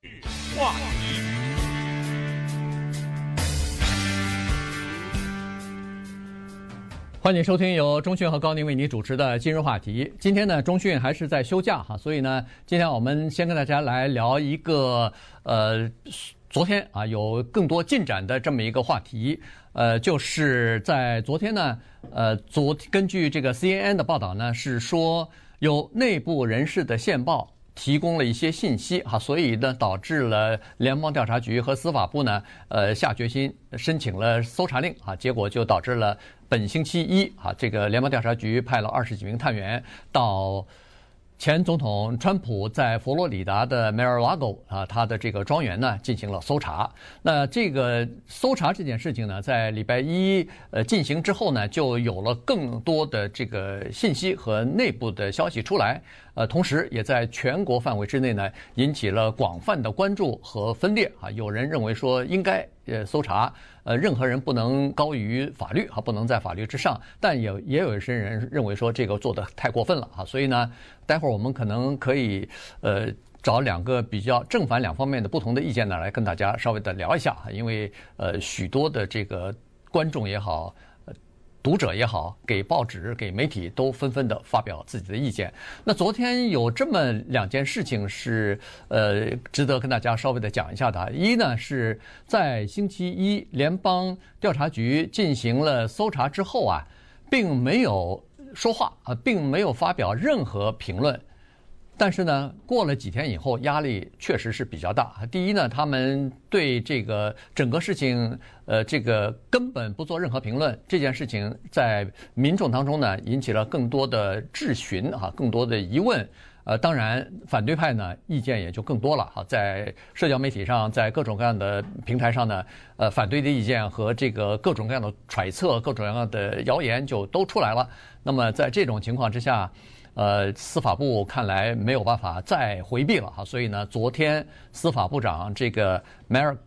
话题。 欢迎收听由钟迅和高宁为你主持的今日话题。今天呢，钟迅还是在休假哈，所以呢，今天我们先跟大家来聊一个昨天啊有更多进展的这么一个话题。就是在昨天呢，根据这个 CNN 的报道呢，是说有内部人士的线报提供了一些信息哈，所以呢导致了联邦调查局和司法部呢下决心申请了搜查令啊，结果就导致了本星期一啊，这个联邦调查局派了20几名探员到前总统川普在佛罗里达的 Mar-a-Lago 啊，他的这个庄园呢进行了搜查。那这个搜查这件事情呢，在礼拜一进行之后呢，就有了更多的这个信息和内部的消息出来。同时也在全国范围之内呢，引起了广泛的关注和分裂啊。有人认为说应该搜查，任何人不能高于法律啊，不能在法律之上。但也有一些人认为说这个做得太过分了啊。所以呢，待会儿我们可能可以找两个比较正反两方面的不同的意见呢，来跟大家稍微的聊一下啊。因为许多的这个观众也好，读者也好，给报纸、给媒体都纷纷的发表自己的意见。那昨天有这么两件事情是值得跟大家稍微的讲一下的。一呢是在星期一联邦调查局进行了搜查之后啊，并没有说话啊，并没有发表任何评论。但是呢，过了几天以后，压力确实是比较大。第一呢，他们对这个整个事情，这个根本不做任何评论，这件事情在民众当中呢，引起了更多的质询啊，更多的疑问。当然，反对派呢意见也就更多了哈，在社交媒体上，在各种各样的平台上呢，反对的意见和这个各种各样的揣测、各种各样的谣言就都出来了。那么在这种情况之下，司法部看来没有办法再回避了哈，所以呢，昨天司法部长这个 Merrick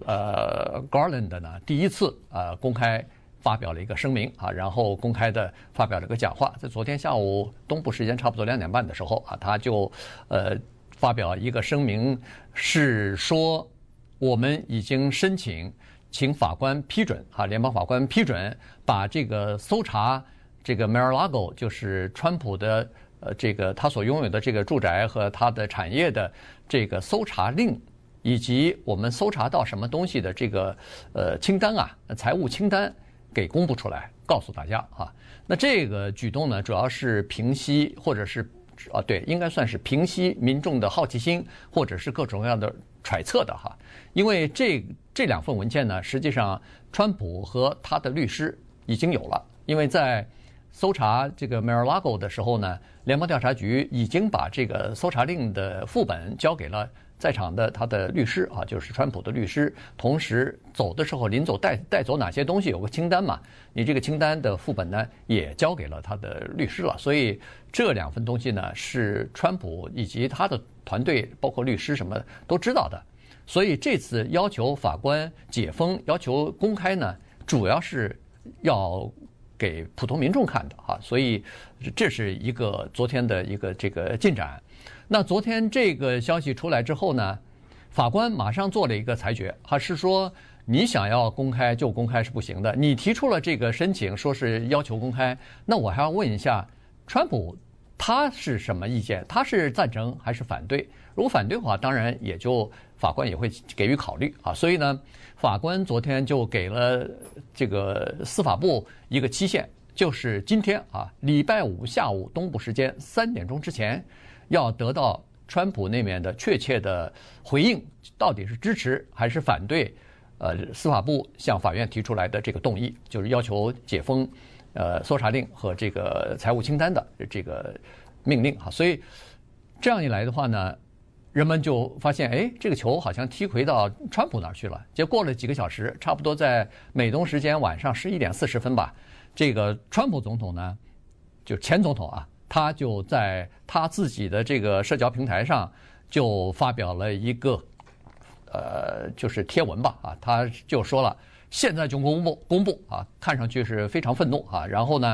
Garland 呢，第一次公开发表了一个声明啊，然后公开的发表了个讲话，在昨天下午东部时间差不多2点半的时候啊，他就发表一个声明，是说我们已经申请法官批准啊，联邦法官批准把这个搜查这个 Mar-a-Lago 就是川普的这个他所拥有的这个住宅和他的产业的这个搜查令，以及我们搜查到什么东西的这个清单啊，财务清单给公布出来，告诉大家啊。那这个举动呢，主要是平息或者是对，应该算是平息民众的好奇心，或者是各种各样的揣测的哈。因为这两份文件呢，实际上川普和他的律师已经有了，因为在搜查这个 Mar-a-Lago 的时候呢，联邦调查局已经把这个搜查令的副本交给了在场的他的律师啊，就是川普的律师。同时走的时候临走带走哪些东西有个清单嘛，你这个清单的副本呢也交给了他的律师了。所以这两份东西呢是川普以及他的团队包括律师什么都知道的。所以这次要求法官解封，要求公开呢，主要是要给普通民众看的哈，所以这是一个昨天的一个这个进展。那昨天这个消息出来之后呢，法官马上做了一个裁决，还是说你想要公开就公开是不行的，你提出了这个申请，说是要求公开，那我还要问一下川普他是什么意见，他是赞成还是反对？如果反对的话，当然也就法官也会给予考虑啊。所以呢，法官昨天就给了这个司法部一个期限，就是今天啊，礼拜五下午东部时间3点钟之前，要得到川普那边的确切的回应，到底是支持还是反对司法部向法院提出来的这个动议，就是要求解封搜查令和这个财务清单的这个命令啊。所以这样一来的话呢，人们就发现，哎，这个球好像踢回到川普那儿去了。就过了几个小时，差不多在美东时间晚上11点40分吧，这个川普总统呢，就前总统啊，他就在他自己的这个社交平台上就发表了一个就是贴文吧啊，他就说了，现在就公布啊，看上去是非常愤怒啊。然后呢，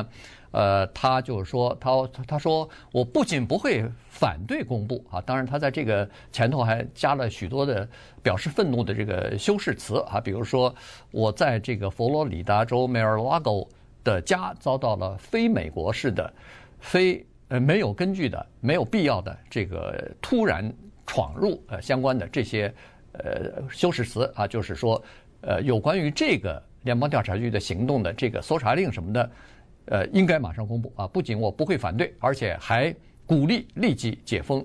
他就是说，他说我不仅不会反对公布啊，当然他在这个前头还加了许多的表示愤怒的这个修饰词啊，比如说我在这个佛罗里达州 Mar-a-Lago 的家遭到了非美国式的、没有根据的、没有必要的这个突然闯入相关的这些修饰词啊，就是说有关于这个联邦调查局的行动的这个搜查令什么的，应该马上公布啊！不仅我不会反对，而且还鼓励立即解封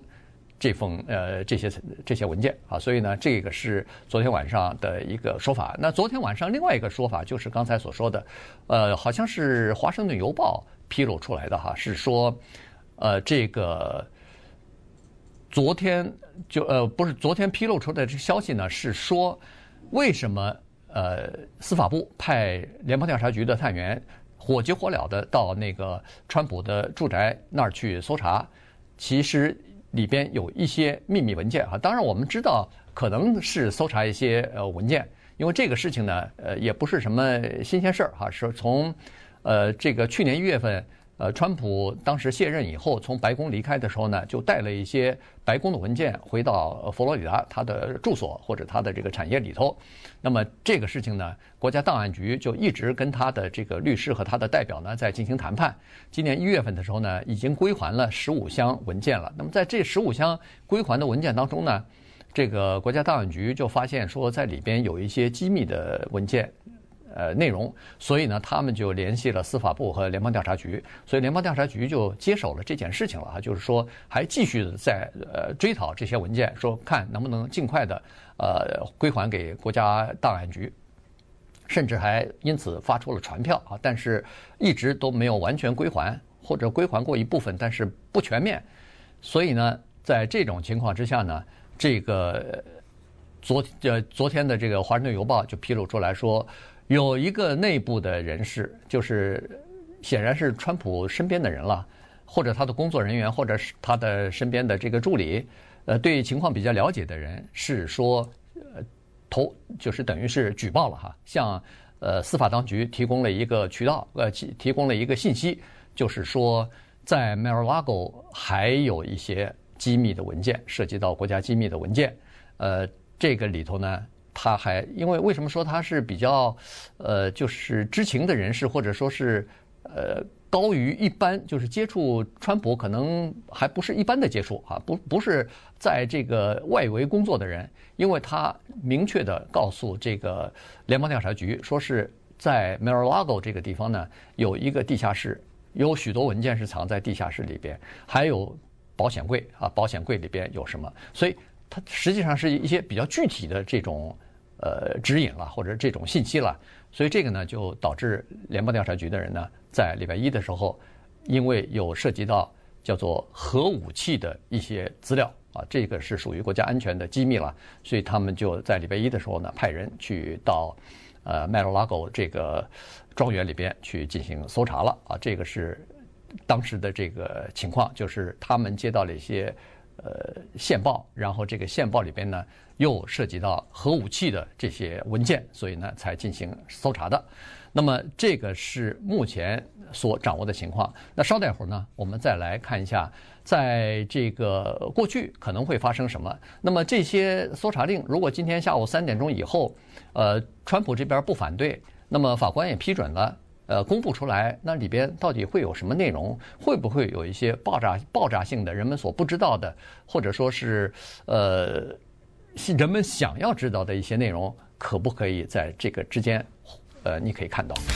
这些文件啊！所以呢，这个是昨天晚上的一个说法。那昨天晚上另外一个说法就是刚才所说的，好像是《华盛顿邮报》披露出来的哈，是说，这个昨天不是昨天披露出的这消息呢，是说为什么司法部派联邦调查局的探员火急火燎的到那个川普的住宅那儿去搜查，其实里边有一些秘密文件啊。当然我们知道可能是搜查一些文件，因为这个事情呢也不是什么新鲜事儿哈，是从这个去年1月份。川普当时卸任以后，从白宫离开的时候呢，就带了一些白宫的文件回到佛罗里达他的住所或者他的这个产业里头。那么这个事情呢，国家档案局就一直跟他的这个律师和他的代表呢在进行谈判。今年1月份的时候呢，已经归还了15箱文件了。那么在这15箱归还的文件当中呢，这个国家档案局就发现说，在里边有一些机密的文件。内容，所以呢，他们就联系了司法部和联邦调查局，所以联邦调查局就接手了这件事情了啊，就是说还继续的在追讨这些文件，说看能不能尽快的归还给国家档案局，甚至还因此发出了传票啊，但是一直都没有完全归还，或者归还过一部分，但是不全面，所以呢，在这种情况之下呢，这个昨天的这个《华盛顿邮报》就披露出来说。有一个内部的人士，就是显然是川普身边的人了，或者他的工作人员，或者是他的身边的这个助理，对情况比较了解的人，是说，就是等于是举报了哈，向司法当局提供了一个渠道，提供了一个信息，就是说在 Mar-a-Lago 还有一些机密的文件，涉及到国家机密的文件，这个里头呢。他还因为什么说他是比较，就是知情的人士，或者说是高于一般，就是接触川普可能还不是一般的接触啊，不是在这个外围工作的人，因为他明确的告诉这个联邦调查局，说是在 Mar-a-Lago 这个地方呢有一个地下室，有许多文件是藏在地下室里边，还有保险柜啊，保险柜里边有什么，所以它实际上是一些比较具体的这种。指引了，或者这种信息了，所以这个呢，就导致联邦调查局的人呢，在礼拜一的时候，因为有涉及到叫做核武器的一些资料啊，这个是属于国家安全的机密了，所以他们就在礼拜一的时候呢，派人去到Mar-a-Lago 这个庄园里边去进行搜查了啊，这个是当时的这个情况，就是他们接到了一些线报，然后这个线报里边呢。又涉及到核武器的这些文件，所以呢才进行搜查的。那么这个是目前所掌握的情况。那稍待会儿呢，我们再来看一下，在这个过去可能会发生什么。那么这些搜查令，如果今天下午3点钟以后，川普这边不反对，那么法官也批准了。公布出来，那里边到底会有什么内容？会不会有一些爆炸性的人们所不知道的，或者说是人们想要知道的一些内容，可不可以在这个之间，你可以看到。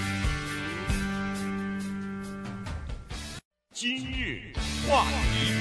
今日话题，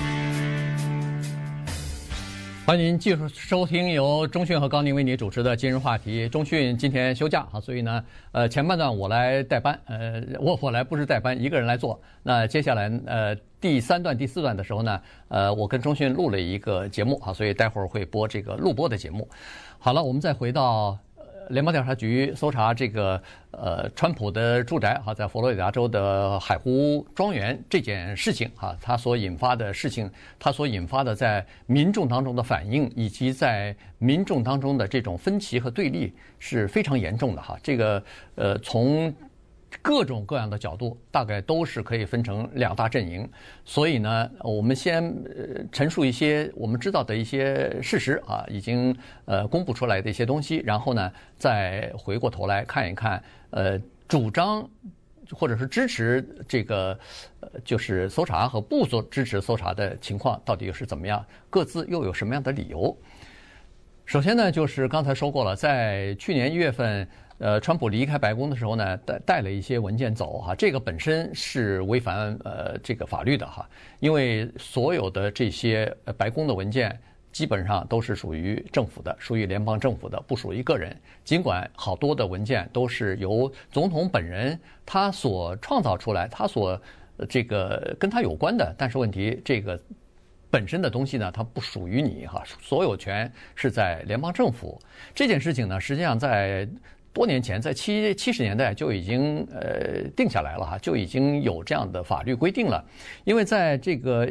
欢迎您继续收听由钟迅和高宁为你主持的今日话题。钟迅今天休假啊，所以呢，前半段我来代班，我来不是代班，一个人来做。那接下来第3段、第4段的时候呢，我跟钟迅录了一个节目啊，所以待会儿会播这个录播的节目。好了，我们再回到联邦调查局搜查这个川普的住宅哈，在佛罗里达州的海湖庄园这件事情哈，它所引发的事情，它所引发的在民众当中的反应，以及在民众当中的这种分歧和对立是非常严重的哈。这个从各种各样的角度，大概都是可以分成两大阵营。所以呢，我们先陈述一些我们知道的一些事实啊，已经公布出来的一些东西，然后呢，再回过头来看一看主张或者是支持这个就是搜查和不支持搜查的情况到底又是怎么样，各自又有什么样的理由。首先呢，就是刚才说过了，在去年1月份，川普离开白宫的时候呢，带了一些文件走哈，这个本身是违反这个法律的哈，因为所有的这些白宫的文件基本上都是属于政府的，属于联邦政府的，不属于个人。尽管好多的文件都是由总统本人他所创造出来，他所这个跟他有关的，但是问题这个本身的东西呢，它不属于你哈，所有权是在联邦政府。这件事情呢，实际上在多年前，在70年代就已经定下来了哈，就已经有这样的法律规定了。因为在这个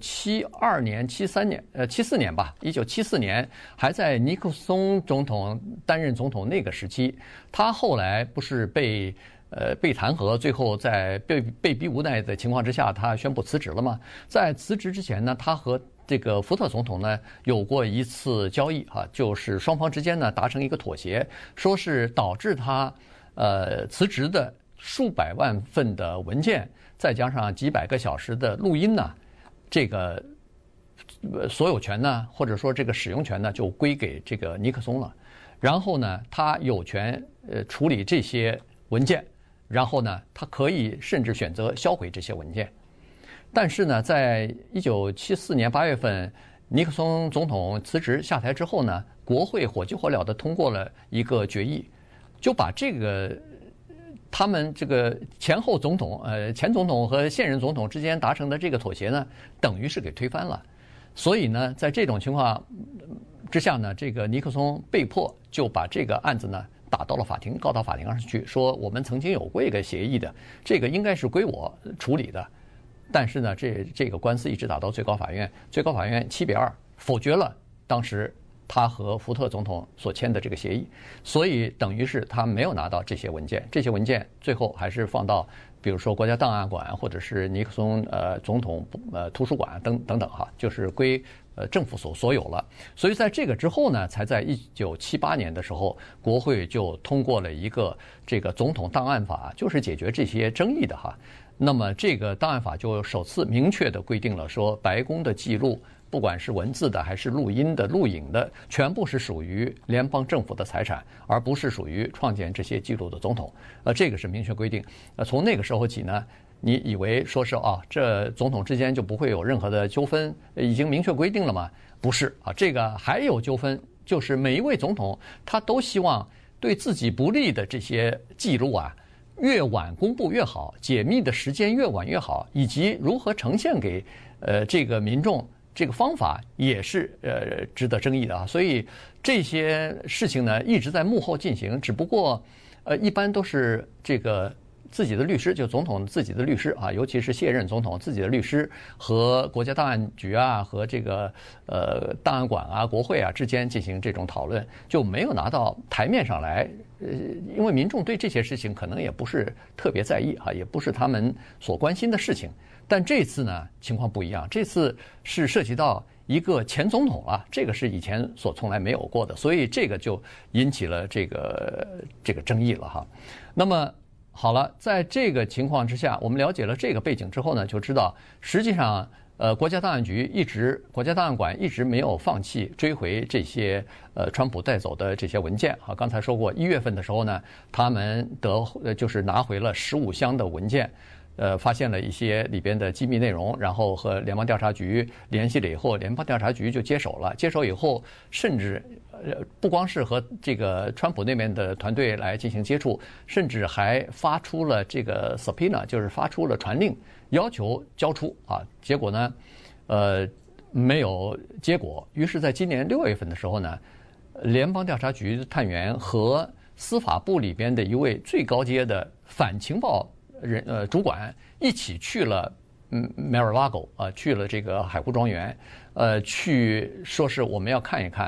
1972年、73年、74年吧，1974年还在尼克松总统担任总统那个时期，他后来不是被弹劾，最后在被逼无奈的情况之下，他宣布辞职了吗？在辞职之前呢，他和这个福特总统呢有过一次交易啊，就是双方之间呢达成一个妥协，说是导致他辞职的数百万份的文件，再加上几百个小时的录音呢，这个所有权呢，或者说这个使用权呢，就归给这个尼克松了。然后呢，他有权处理这些文件。然后呢，他可以甚至选择销毁这些文件。但是呢，在1974年8月份，尼克松总统辞职下台之后呢，国会火急火燎地通过了一个决议，就把这个他们这个前总统和现任总统之间达成的这个妥协呢，等于是给推翻了。所以呢，在这种情况之下呢，这个尼克松被迫就把这个案子呢打到了法庭，告到法庭上去，说我们曾经有过一个协议的，这个应该是归我处理的。但是呢，这个官司一直打到最高法院，最高法院7-2否决了当时他和福特总统所签的这个协议，所以等于是他没有拿到这些文件，这些文件最后还是放到比如说国家档案馆或者是尼克松总统图书馆等等哈，就是归政府所有了。所以在这个之后呢，才在1978年的时候，国会就通过了一个这个总统档案法，就是解决这些争议的哈。那么这个档案法就首次明确的规定了说，白宫的记录，不管是文字的还是录音的、录影的，全部是属于联邦政府的财产，而不是属于创建这些记录的总统。这个是明确规定。从那个时候起呢，你以为说是这总统之间就不会有任何的纠纷，已经明确规定了吗？不是啊，这个还有纠纷，就是每一位总统他都希望对自己不利的这些记录啊，越晚公布越好，解密的时间越晚越好，以及如何呈现给这个民众。这个方法也是值得争议的啊，所以这些事情呢一直在幕后进行，只不过一般都是这个自己的律师，就总统自己的律师啊，尤其是卸任总统自己的律师和国家档案局啊和这个档案馆啊、国会啊之间进行这种讨论，就没有拿到台面上来。因为民众对这些事情可能也不是特别在意啊，也不是他们所关心的事情。但这次呢情况不一样，这次是涉及到一个前总统了，这个是以前从来没有过的，所以这个就引起了这个争议了哈。那么好了，在这个情况之下，我们了解了这个背景之后呢，就知道实际上国家档案馆一直没有放弃追回这些川普带走的这些文件啊。刚才说过，1月份的时候呢，他们就是拿回了15箱的文件。发现了一些里边的机密内容，然后和联邦调查局联系了以后，联邦调查局就接手了。接手以后，甚至不光是和这个川普那边的团队来进行接触，甚至还发出了这个 subpoena， 就是发出了传令，要求交出啊。结果呢，没有结果。于是，在今年6月份的时候呢，联邦调查局探员和司法部里边的一位最高阶的反情报主管一起去了Mar-a-Lago 去了这个海湖庄园，去说是我们要看一看，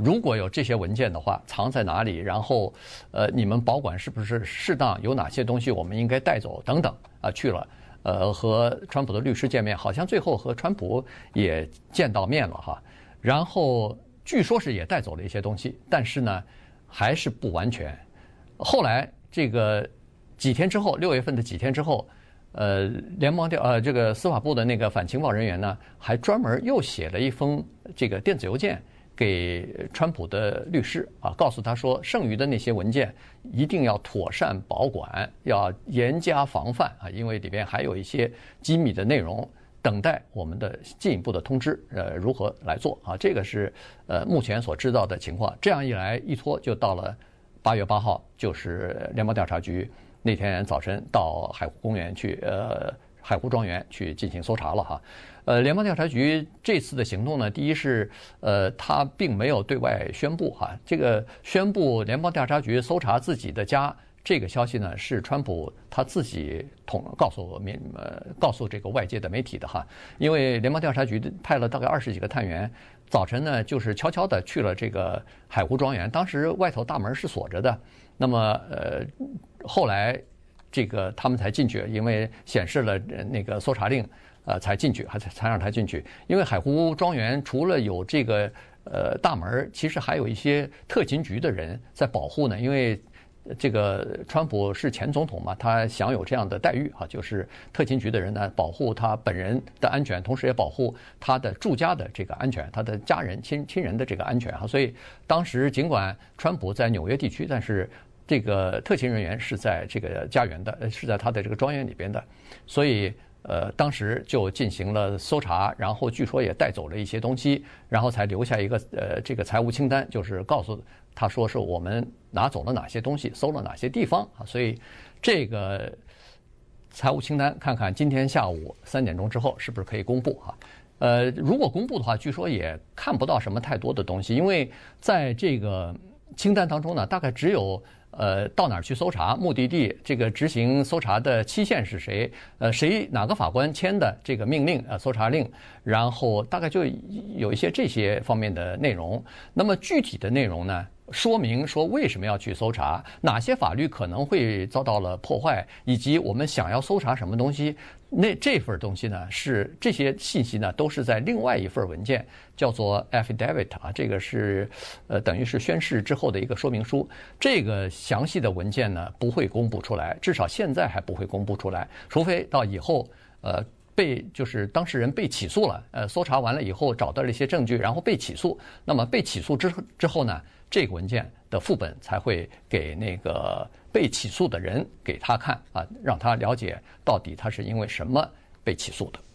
如果有这些文件的话，藏在哪里？然后，你们保管是不是适当？有哪些东西我们应该带走？等等啊，去了。和川普的律师见面，好像最后和川普也见到面了哈。然后据说是也带走了一些东西，但是呢，还是不完全。后来这个几天之后，6月份的几天之后，这个司法部的那个反情报人员呢，还专门又写了一封这个电子邮件给川普的律师啊，告诉他说，剩余的那些文件一定要妥善保管，要严加防范啊，因为里边还有一些机密的内容等待我们的进一步的通知，如何来做啊？这个是目前所知道的情况。这样一来一拖就到了8月8号，就是联邦调查局那天早晨到海湖公园去，海湖庄园去进行搜查了哈。联邦调查局这次的行动呢，第一是他并没有对外宣布哈，这个宣布联邦调查局搜查自己的家这个消息呢，是川普他自己告诉这个外界的媒体的哈。因为联邦调查局派了大概20几个探员，早晨呢就是悄悄的去了这个海湖庄园，当时外头大门是锁着的。那么后来这个他们才进去，因为显示了那个搜查令，才进去，才让他进去。因为海湖庄园除了有这个大门，其实还有一些特勤局的人在保护呢。因为这个川普是前总统嘛，他享有这样的待遇啊，就是特勤局的人呢保护他本人的安全，同时也保护他的住家的这个安全，他的家人亲人的这个安全啊。所以当时尽管川普在纽约地区，但是这个特勤人员是在这个家园的，是在他的这个庄园里边的，所以当时就进行了搜查，然后据说也带走了一些东西，然后才留下一个这个财务清单，就是告诉他说是我们拿走了哪些东西，搜了哪些地方啊。所以这个财务清单看看今天下午3点钟之后是不是可以公布啊？如果公布的话，据说也看不到什么太多的东西，因为在这个清单当中呢，大概只有到哪儿去搜查，目的地，这个执行搜查的期限是谁，哪个法官签的这个命令搜查令，然后大概就有一些这些方面的内容。那么具体的内容呢，说明说为什么要去搜查，哪些法律可能会遭到了破坏，以及我们想要搜查什么东西。这份东西呢，是这些信息呢，都是在另外一份文件，叫做 affidavit 啊，这个是等于是宣誓之后的一个说明书。这个详细的文件呢，不会公布出来，至少现在还不会公布出来，除非到以后就是当事人被起诉了，搜查完了以后找到了一些证据，然后被起诉。那么被起诉之后呢，这个文件的副本才会给那个被起诉的人给他看啊，让他了解到底他是因为什么被起诉的。